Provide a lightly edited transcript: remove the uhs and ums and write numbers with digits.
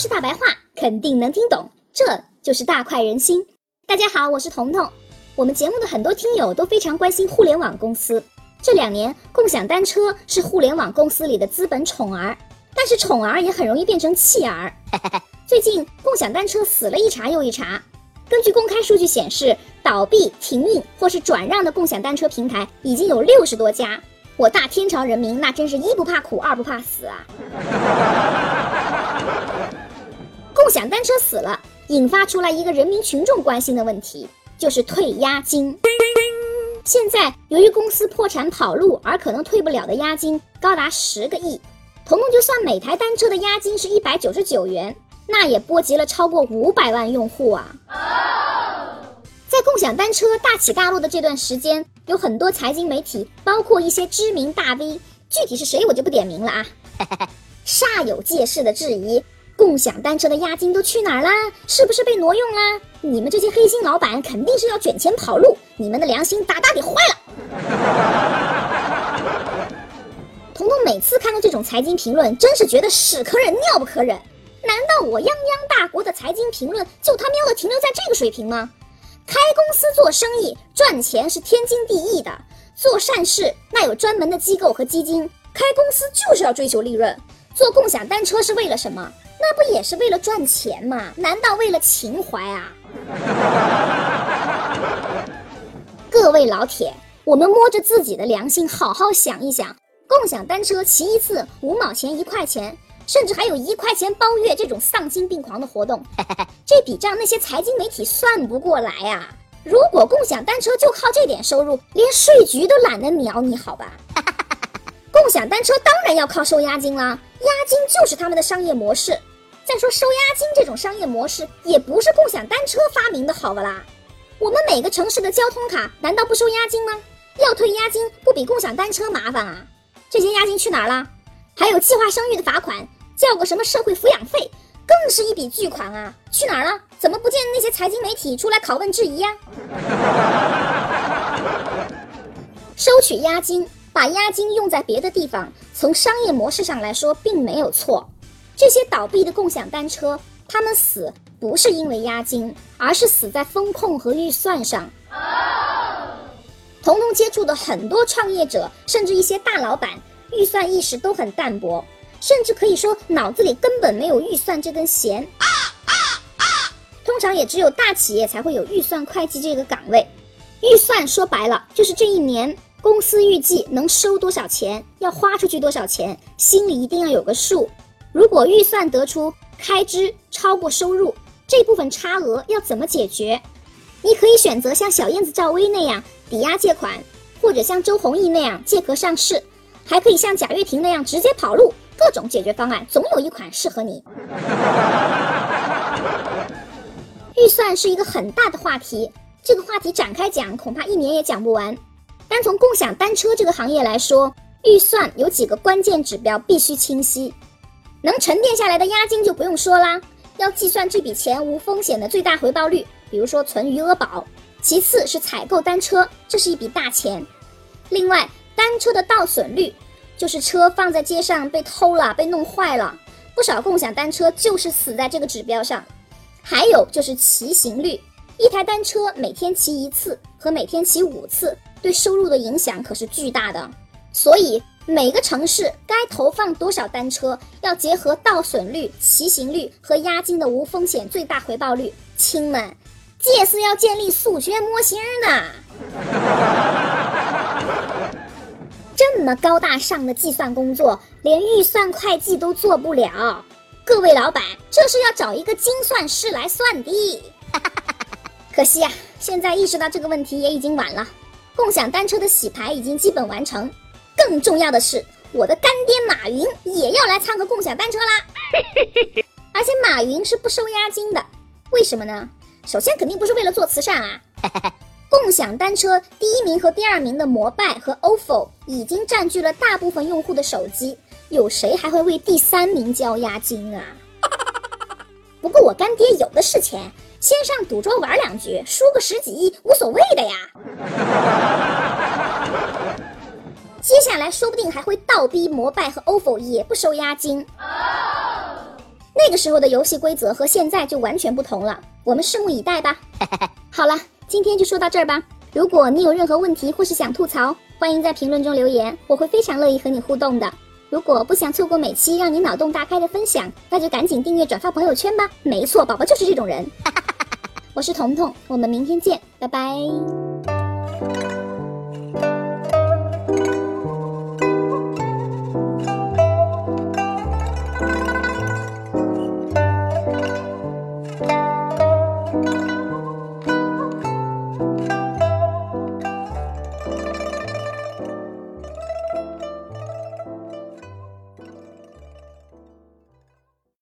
是大白话，肯定能听懂，这就是大快人心。大家好，我是彤彤。我们节目的很多听友都非常关心互联网公司。这2年，共享单车是互联网公司里的资本宠儿，但是宠儿也很容易变成弃儿。最近，共享单车死了一茬又一茬。根据公开数据显示，倒闭、停运或是转让的共享单车平台已经有60多家。我大天朝人民那真是1不怕苦，2不怕死啊！共享单车死了，引发出来一个人民群众关心的问题，就是退押金。现在由于公司破产跑路而可能退不了的押金高达10个亿，彤彤就算每台单车的押金是199元，那也波及了超过500万用户啊！在共享单车大起大落的这段时间，有很多财经媒体，包括一些知名大 V， 具体是谁我就不点名了啊，煞有介事的质疑共享单车的押金都去哪儿啦？是不是被挪用啦？你们这些黑心老板肯定是要卷钱跑路，你们的良心大大的坏了。彤彤每次看到这种财经评论，真是觉得屎可忍尿不可忍。难道我泱泱大国的财经评论就他喵的停留在这个水平吗？开公司做生意赚钱是天经地义的，做善事那有专门的机构和基金，开公司就是要追求利润。做共享单车是为了什么？那不也是为了赚钱吗？难道为了情怀啊？各位老铁，我们摸着自己的良心好好想一想，共享单车骑一次5毛钱、1块钱，甚至还有1块钱包月这种丧心病狂的活动，这笔账那些财经媒体算不过来啊！如果共享单车就靠这点收入，连税局都懒得鸟你好吧？共享单车当然要靠收押金啦，押金就是他们的商业模式。再说收押金这种商业模式也不是共享单车发明的好不啦？我们每个城市的交通卡难道不收押金吗？要退押金不比共享单车麻烦啊？这些押金去哪儿了？还有计划生育的罚款，叫个什么社会抚养费，更是一笔巨款啊！去哪儿了？怎么不见那些财经媒体出来拷问质疑呀？收取押金，把押金用在别的地方，从商业模式上来说并没有错。这些倒闭的共享单车，他们死不是因为押金，而是死在风控和预算上。彤彤接触的很多创业者，甚至一些大老板，预算意识都很淡薄，甚至可以说脑子里根本没有预算这根弦。通常也只有大企业才会有预算会计这个岗位。预算说白了就是这一年公司预计能收多少钱，要花出去多少钱，心里一定要有个数。如果预算得出开支超过收入，这部分差额要怎么解决？你可以选择像小燕子赵薇那样抵押借款，或者像周鸿祎那样借壳上市，还可以像贾跃亭那样直接跑路，各种解决方案总有一款适合你。预算是一个很大的话题，这个话题展开讲恐怕1年也讲不完。单从共享单车这个行业来说，预算有几个关键指标必须清晰。能沉淀下来的押金就不用说啦，要计算这笔钱无风险的最大回报率，比如说存余额宝。其次是采购单车，这是一笔大钱。另外，单车的盗损率，就是车放在街上被偷了、被弄坏了，不少共享单车就是死在这个指标上。还有就是骑行率，一台单车每天骑1次和每天骑5次，对收入的影响可是巨大的。所以每个城市该投放多少单车，要结合盗损率、骑行率和押金的无风险最大回报率。亲们，这是要建立数学模型呢。这么高大上的计算工作，连预算会计都做不了。各位老板，这是要找一个精算师来算的。可惜啊，现在意识到这个问题也已经晚了。共享单车的洗牌已经基本完成。更重要的是，我的干爹马云也要来参和共享单车啦。而且马云是不收押金的，为什么呢？首先肯定不是为了做慈善啊。共享单车第1名和第2名的摩拜和 ofo 已经占据了大部分用户的手机，有谁还会为第3名交押金啊？不过我干爹有的是钱，先上赌桌玩2局，输个10几亿无所谓的呀。接下来说不定还会倒逼摩拜和 ofo 也不收押金。 那个时候的游戏规则和现在就完全不同了，我们拭目以待吧。好了，今天就说到这儿吧。如果你有任何问题或是想吐槽，欢迎在评论中留言，我会非常乐意和你互动的。如果不想错过每期让你脑洞大开的分享，那就赶紧订阅转发朋友圈吧。没错，宝宝就是这种人。我是彤彤，我们明天见，拜拜。